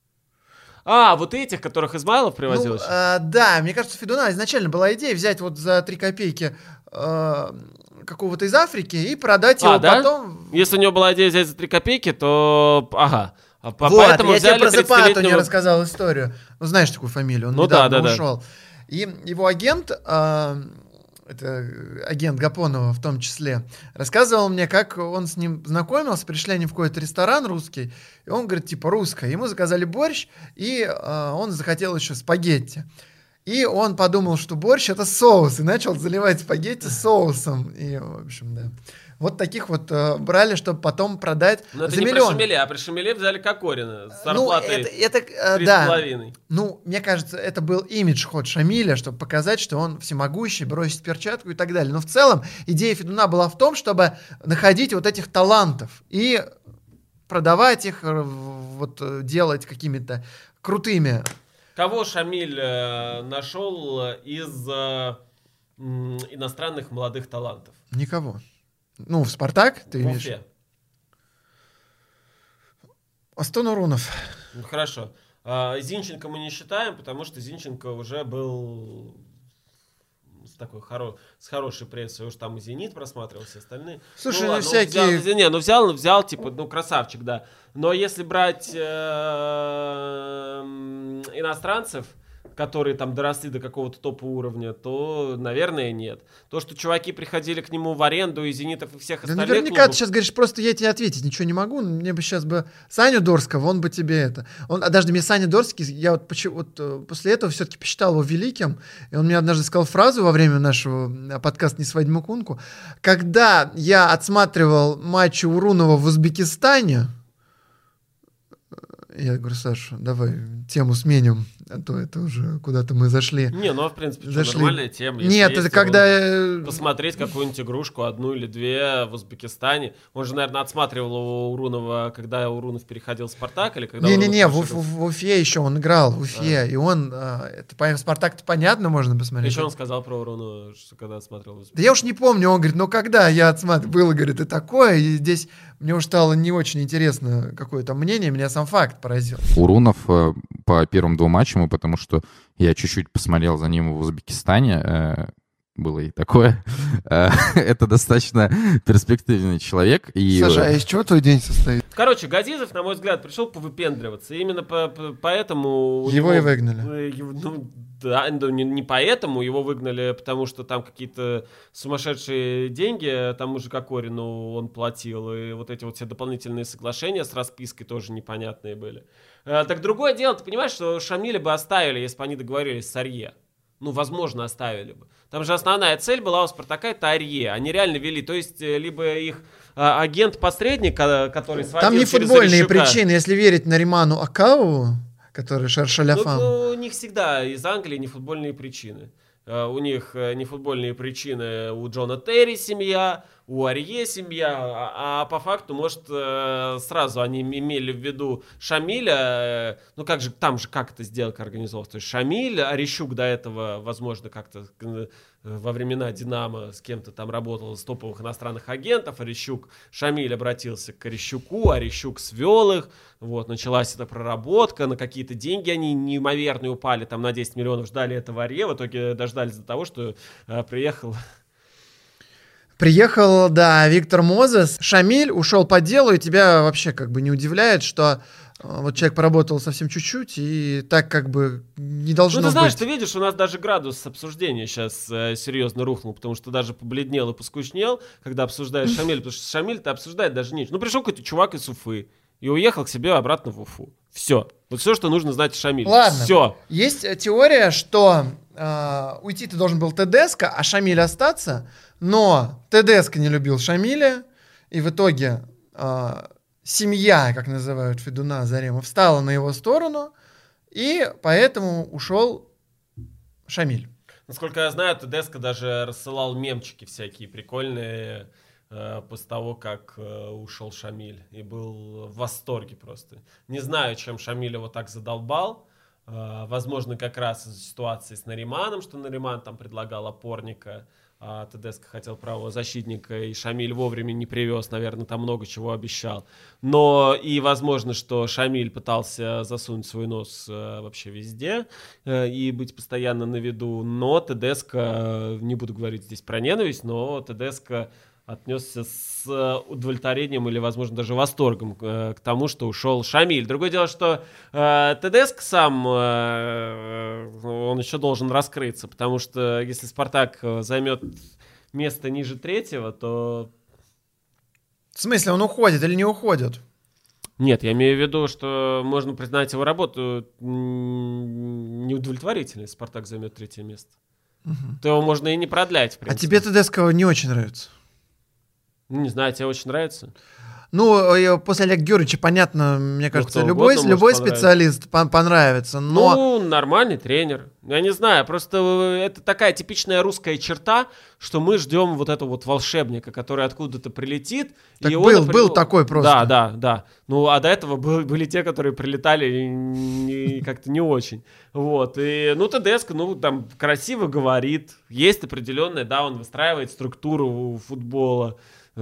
А, вот этих, которых Измайлов привозил? Ну, а, да, мне кажется, у Федуна изначально была идея взять вот за три копейки а, какого-то из Африки и продать его а, да? потом... Если у него была идея взять за три копейки, то... Ага. А вот, поэтому я тебе про Зепату не тридцатилетнего... рассказал историю. Ну, знаешь такую фамилию, он ну, недавно да, да, ушел. Да. И его агент, а, это агент Гапонова в том числе, рассказывал мне, как он с ним знакомился, пришли они в какой-то ресторан русский, и он говорит, типа, русское. Ему заказали борщ, и а, он захотел еще спагетти. И он подумал, что борщ — это соус, и начал заливать спагетти соусом. И, в общем, да. Вот таких вот э, брали, чтобы потом продать Но это за не миллион. при Шамиле, а при Шамиле взяли Кокорина с зарплатой ну, это, это, э, да. три с половиной. Ну, мне кажется, это был имидж ход Шамиля, чтобы показать, что он всемогущий, бросить перчатку и так далее. Но в целом идея Федуна была в том, чтобы находить вот этих талантов и продавать их, вот делать какими-то крутыми. Кого Шамиль э, нашел из э, м, иностранных молодых талантов? Никого. Ну, в «Спартак» ты в имеешь? Уфе. Астон Урунов. Ну, хорошо. А, Зинченко мы не считаем, потому что Зинченко уже был с такой хоро... с хорошей прессой. Уж там и «Зенит» просматривал, все остальные. Слушай, ну, ну ладно, всякие... Взял, не, ну взял, взял, типа, ну красавчик, да. Но если брать э, иностранцев, которые там доросли до какого-то топа уровня, то, наверное, нет. То, что чуваки приходили к нему в аренду, и «Зенитов», и всех Да остальных наверняка клубов... ты сейчас говоришь, просто я тебе ответить ничего не могу. Мне бы сейчас бы Саню Дорского, он бы тебе это... Он, а даже мне Саня Дорский, я вот, вот после этого все-таки посчитал его великим, и он мне однажды сказал фразу во время нашего подкаста «Не сводь мукунку». Когда я отсматривал матчи Урунова в Узбекистане, я говорю, Саша, давай тему сменим, а то это уже куда-то мы зашли. Не, ну, в принципе, зашли. Что, нормальная тема. Нет, это когда... Посмотреть какую-нибудь игрушку, одну или две в Узбекистане. Он же, наверное, отсматривал у Урунова, когда Урунов переходил в «Спартак», или когда... Не-не-не, в, в, в Уфе еще он играл, в Уфе, а. и он... Это, «Спартак»-то понятно, можно посмотреть. И что он сказал про Урунова, когда отсматривал в Узбекистане? Да я уж не помню, он говорит, ну когда я отсматривал, было, говорит, и такое, и здесь мне уж стало не очень интересно какое-то мнение, меня сам факт поразил. Урунов э, по первым двум матчам, и потому что я чуть-чуть посмотрел за ним в Узбекистане, э, было и такое. Это достаточно перспективный человек. И... Саша, а из чего твой день состоит? Короче, Газизов, на мой взгляд, пришел повыпендриваться. Именно по, по, поэтому... Его него, и выгнали. Ну, да, не, не поэтому. Его выгнали, потому что там какие-то сумасшедшие деньги тому же Кокорину он платил. И вот эти вот все дополнительные соглашения с распиской тоже непонятные были. А, так другое дело, ты понимаешь, что Шамиля бы оставили, если бы они договорились с Арье. Ну, возможно, оставили бы. Там же основная цель была у Спартака — это Арье. Они реально вели, то есть, либо их а, агент-посредник, который сводил там не через футбольные Орещука. Причины, если верить Нариману Акаву, который Шершаляфан. Ну, у них всегда из Англии не футбольные причины. Uh, у них uh, не футбольные причины у Джона Терри семья, у Арье семья, а, а по факту, может, uh, сразу они имели в виду Шамиля, uh, ну как же, там же как эта сделка организовалась, то есть Шамиль, Орещук до этого, возможно, как-то uh, во времена Динамо с кем-то там работал, с топовых иностранных агентов, Орещук, Шамиль обратился к Орещуку, Орещук свел их, вот, началась эта проработка, на какие-то деньги они неимоверные упали, там на десять миллионов ждали этого Арье, в итоге дождались до того, что э, приехал... Приехал, да, Виктор Мозес. Шамиль ушел по делу, и тебя вообще как бы не удивляет, что вот человек поработал совсем чуть-чуть, и так как бы не должно быть. Ну, ты знаешь, быть. Ты видишь, у нас даже градус обсуждения сейчас э, серьезно рухнул, потому что даже побледнел и поскучнел, когда обсуждаешь Шамиль, потому что Шамиль-то обсуждает даже нечего. Ну, пришел какой-то чувак из Уфы и уехал к себе обратно в Уфу. Все. Вот все, что нужно знать о Шамиле. Ладно. Все. Есть теория, что э, уйти ты должен был Тедеско, а Шамиль остаться, но Тедеско не любил Шамиля, и в итоге э, семья, как называют Федуна Зарема, встала на его сторону, и поэтому ушел Шамиль. Насколько я знаю, Тедеско даже рассылал мемчики всякие прикольные э, после того, как э, ушел Шамиль. И был в восторге просто. Не знаю, чем Шамиль его так задолбал. Э, возможно, как раз из-за ситуации с Нариманом, что Нариман там предлагал опорника, а Тедеско хотел правого защитника, и Шамиль вовремя не привез, наверное, там много чего обещал. Но и возможно, что Шамиль пытался засунуть свой нос э, вообще везде э, и быть постоянно на виду. Но Тедеско, э, не буду говорить здесь про ненависть, но Тедеско отнесся с удовлетворением или, возможно, даже восторгом э, к тому, что ушел Шамиль. Другое дело, что э, Тедеско сам, э, он еще должен раскрыться, потому что если Спартак займет место ниже третьего, то... В смысле, он уходит или не уходит? Нет, я имею в виду, что можно признать его работу неудовлетворительной, если Спартак займет третье место. Угу. То его можно и не продлять, в принципе. А тебе Тедеско не очень нравится? Не знаю, тебе очень нравится? Ну, после Олега Георгиевича, понятно, мне кажется, ну, любой, любой специалист понравится, но... Ну, нормальный тренер. Я не знаю, просто это такая типичная русская черта, что мы ждем вот этого вот волшебника, который откуда-то прилетит. Так и был, он, был такой просто. Да, да, да. Ну, а до этого был, были те, которые прилетали и, и как-то не очень. Вот. И, ну, Тедеско, ну, там, красиво говорит. Есть определенная, да, он выстраивает структуру футбола.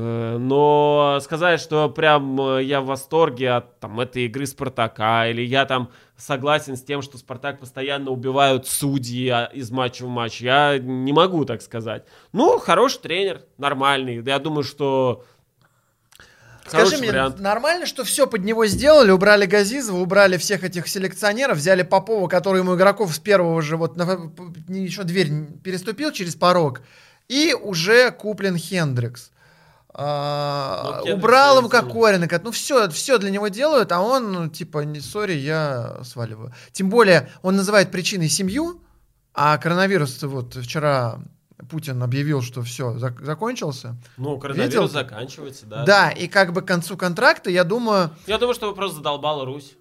Но сказать, что прям я в восторге от там, этой игры Спартака, или я там согласен с тем, что Спартак постоянно убивают судьи из матча в матч, я не могу так сказать. Ну, хороший тренер, нормальный. Я думаю, что Скажи мне, вариант. Нормально, что все под него сделали, убрали Газизова, убрали всех этих селекционеров, взяли Попова, который ему игроков с первого же, вот на, еще дверь переступил через порог, и уже куплен Хендрикс. А, убрал ему Кокорина, ну все, все для него делают, а он, ну, типа, не сори, я сваливаю. Тем более, он называет причиной семью, а коронавирус, вот вчера Путин объявил, что все, зак- закончился. Ну, коронавирус Видел? заканчивается, да. Да, и как бы к концу контракта, я думаю... Я думаю, что его просто задолбала Русь.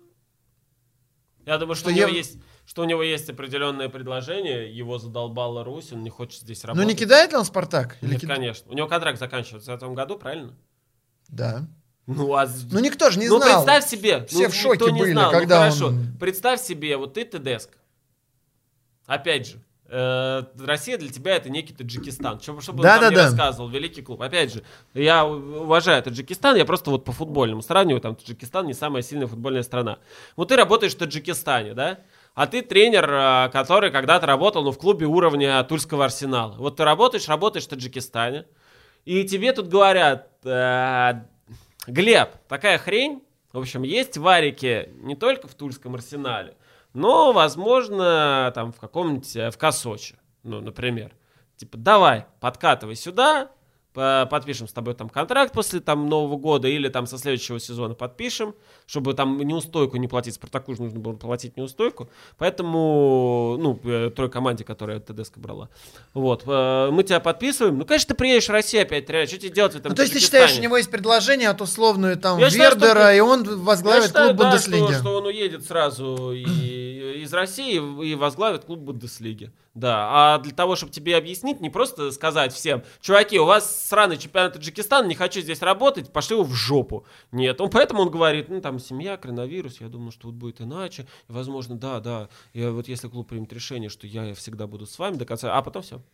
Я думаю, что, что у него я... есть... Что у него есть определенное предложение, его задолбала Русь, он не хочет здесь работать. Ну не кидает ли он Спартак? Нет, Или кид... конечно. У него контракт заканчивается в этом году, правильно? Да. Ну, а... ну никто же не ну, знал. Ну представь себе. Все ну, в шоке не были, знал. когда ну, хорошо. он... Представь себе, вот ты Тедеско. Опять же. Э, Россия для тебя это некий Таджикистан. Чтобы, чтобы да, он там да, не да. рассказывал, великий клуб. Опять же, я уважаю Таджикистан, я просто вот по футбольному сравниваю, там Таджикистан не самая сильная футбольная страна. Вот ты работаешь в Таджикистане, да? А ты тренер, который когда-то работал ну, в клубе уровня Тульского Арсенала. Вот ты работаешь, работаешь в Таджикистане, и тебе тут говорят, э, Глеб, такая хрень, в общем, есть варики не только в Тульском Арсенале, но, возможно, там в каком-нибудь, в Косочи, ну, например. Типа, давай, подкатывай сюда, подпишем с тобой там контракт после там Нового года или там со следующего сезона подпишем, чтобы там неустойку не платить. Спартаку же нужно было платить неустойку. Поэтому, ну, той команде, которая ТДСК брала. Вот, мы тебя подписываем. Ну, конечно, ты приедешь в Россию опять, реально, что тебе делать в этом? Ну, то есть ты считаешь, у него есть предложение от условную там я Вердера, считаю, что... и он возглавит я считаю, клуб да, Бундеслиги? Что, что он уедет сразу и, из России и возглавит клуб Бундеслиги. Да, а для того, чтобы тебе объяснить, не просто сказать всем, чуваки, у вас сраный чемпионат Таджикистана, не хочу здесь работать, пошли его в жопу. Нет, он поэтому он говорит, ну там семья, коронавирус, я думаю, что вот будет иначе, и, возможно, да, да, и вот если клуб примет решение, что я всегда буду с вами до конца, а потом все.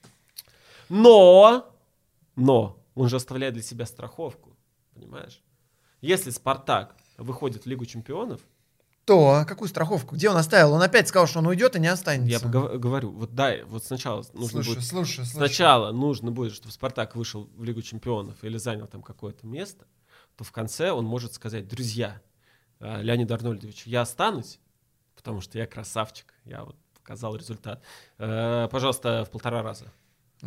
Но, но, он же оставляет для себя страховку, понимаешь? Если Спартак выходит в Лигу чемпионов, то какую страховку? Где он оставил? Он опять сказал, что он уйдет и не останется. Я погов- говорю, вот да, вот сначала нужно слушай, будет, слушай, слушай. сначала нужно будет, чтобы Спартак вышел в Лигу чемпионов или занял там какое-то место, то в конце он может сказать, друзья, Леонид Арнольдович, я останусь, потому что я красавчик, я вот показал результат, пожалуйста, в полтора раза. Угу.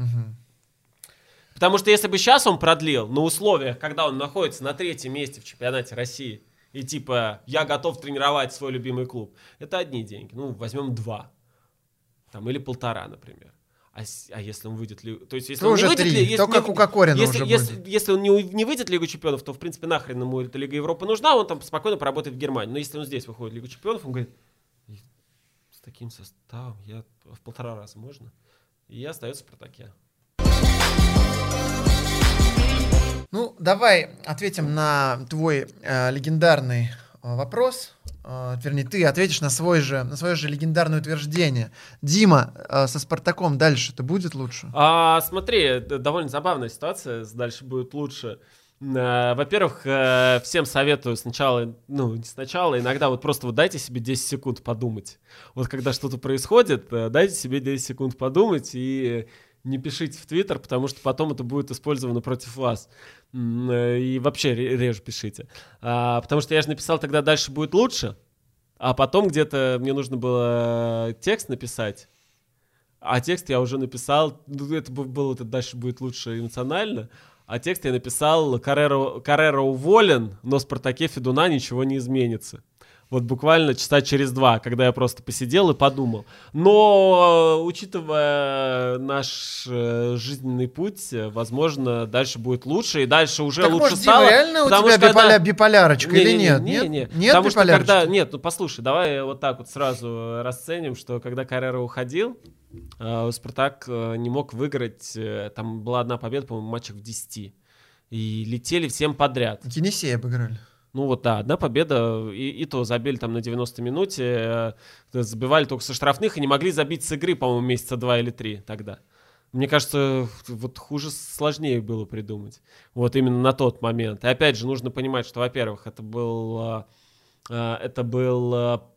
Потому что если бы сейчас он продлил на условиях, когда он находится на третьем месте в чемпионате России, и типа, я готов тренировать свой любимый клуб. Это одни деньги. Ну, возьмем два. Там, или полтора, например. А, а если он выйдет... То есть, если то он уже не выйдет... три. Если, то как не, у Кокорина если, уже если, будет. если он не, не выйдет в Лигу чемпионов, то, в принципе, нахрен ему эта Лига Европы нужна, он там спокойно поработает в Германии. Но если он здесь выходит в Лигу чемпионов, он говорит, с таким составом я в полтора раза можно. И остается в Спартаке. Ну, давай ответим на твой э, легендарный э, вопрос. Э, вернее, ты ответишь на, свой же, на свое же легендарное утверждение. Дима, э, со Спартаком дальше-то будет лучше? А, смотри, довольно забавная ситуация. Дальше будет лучше. Э, во-первых, э, всем советую сначала, ну, не сначала, иногда вот просто вот дайте себе десять секунд подумать. Вот когда что-то происходит, э, дайте себе десять секунд подумать и... не пишите в Твиттер, потому что потом это будет использовано против вас. И вообще реже пишите. А, потому что я же написал тогда «дальше будет лучше», а потом где-то мне нужно было текст написать, а текст я уже написал, ну, это было это «дальше будет лучше» эмоционально, а текст я написал «Каррера, Каррера уволен, но в Спартаке Федуна ничего не изменится». Вот буквально часа через два, когда я просто посидел и подумал. Но, учитывая наш э, жизненный путь, возможно, дальше будет лучше, и дальше уже так, лучше может, стало. Дима, реально у тебя что, биполя- когда... биполярочка не, или не, нет? Не, нет, не, не. нет Потому что когда... биполярочки? Нет, ну послушай, давай вот так вот сразу расценим, что когда Каррера уходил, э, Спартак э, не мог выиграть, э, там была одна победа, по-моему, в матчах в десяти. И летели всем подряд. Енисей обыграли. Ну вот да, одна победа, и, и то забили там на девяностой минуте, э, забивали только со штрафных и не могли забить с игры, по-моему, месяца два или три тогда. Мне кажется, вот хуже, сложнее было придумать. Вот именно на тот момент. И опять же, нужно понимать, что, во-первых, это был, э, это был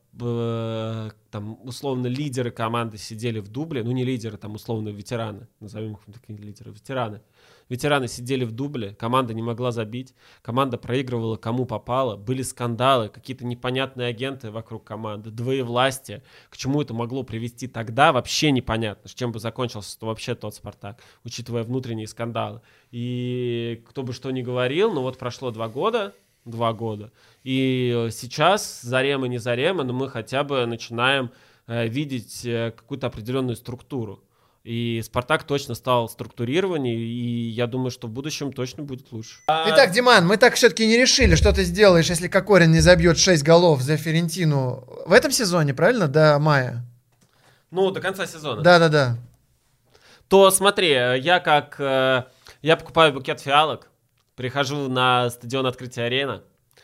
э, там, условно, лидеры команды сидели в дубле, ну не лидеры, там, условно, ветераны, назовем их такие лидеры, ветераны. Ветераны сидели в дубле, команда не могла забить, команда проигрывала кому попало, были скандалы, какие-то непонятные агенты вокруг команды, двоевластие. К чему это могло привести тогда, вообще непонятно, с чем бы закончился вообще тот Спартак, учитывая внутренние скандалы. И кто бы что ни говорил, но вот прошло два года, два года, и сейчас, Зарема не Зарема, но мы хотя бы начинаем э, видеть э, какую-то определенную структуру. И Спартак точно стал структурированнее, и я думаю, что в будущем точно будет лучше. Итак, Диман, мы так все-таки не решили, что ты сделаешь, если Кокорин не забьет шесть голов за Фиорентину в этом сезоне, правильно, до мая? Ну, до конца сезона. Да-да-да. То смотри, я как... Я покупаю букет фиалок, прихожу на стадион Открытия Арена,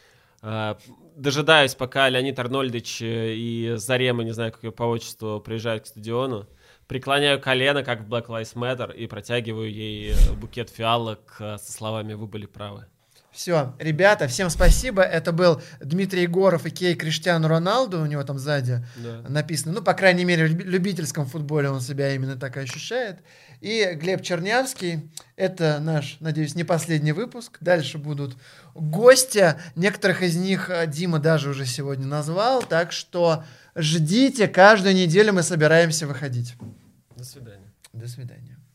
дожидаюсь, пока Леонид Арнольдович и Зарема, не знаю, как ее по отчеству, приезжают к стадиону, преклоняю колено, как в Black Lives Matter, и протягиваю ей букет фиалок со словами «Вы были правы». Все, ребята, всем спасибо. Это был Дмитрий Егоров и Кей Криштиану Роналду. У него там сзади да. написано. Ну, по крайней мере, в любительском футболе он себя именно так и ощущает. И Глеб Чернявский. Это наш, надеюсь, не последний выпуск. Дальше будут гости. Некоторых из них Дима даже уже сегодня назвал. Так что ждите. Каждую неделю мы собираемся выходить. До свидания. До свидания.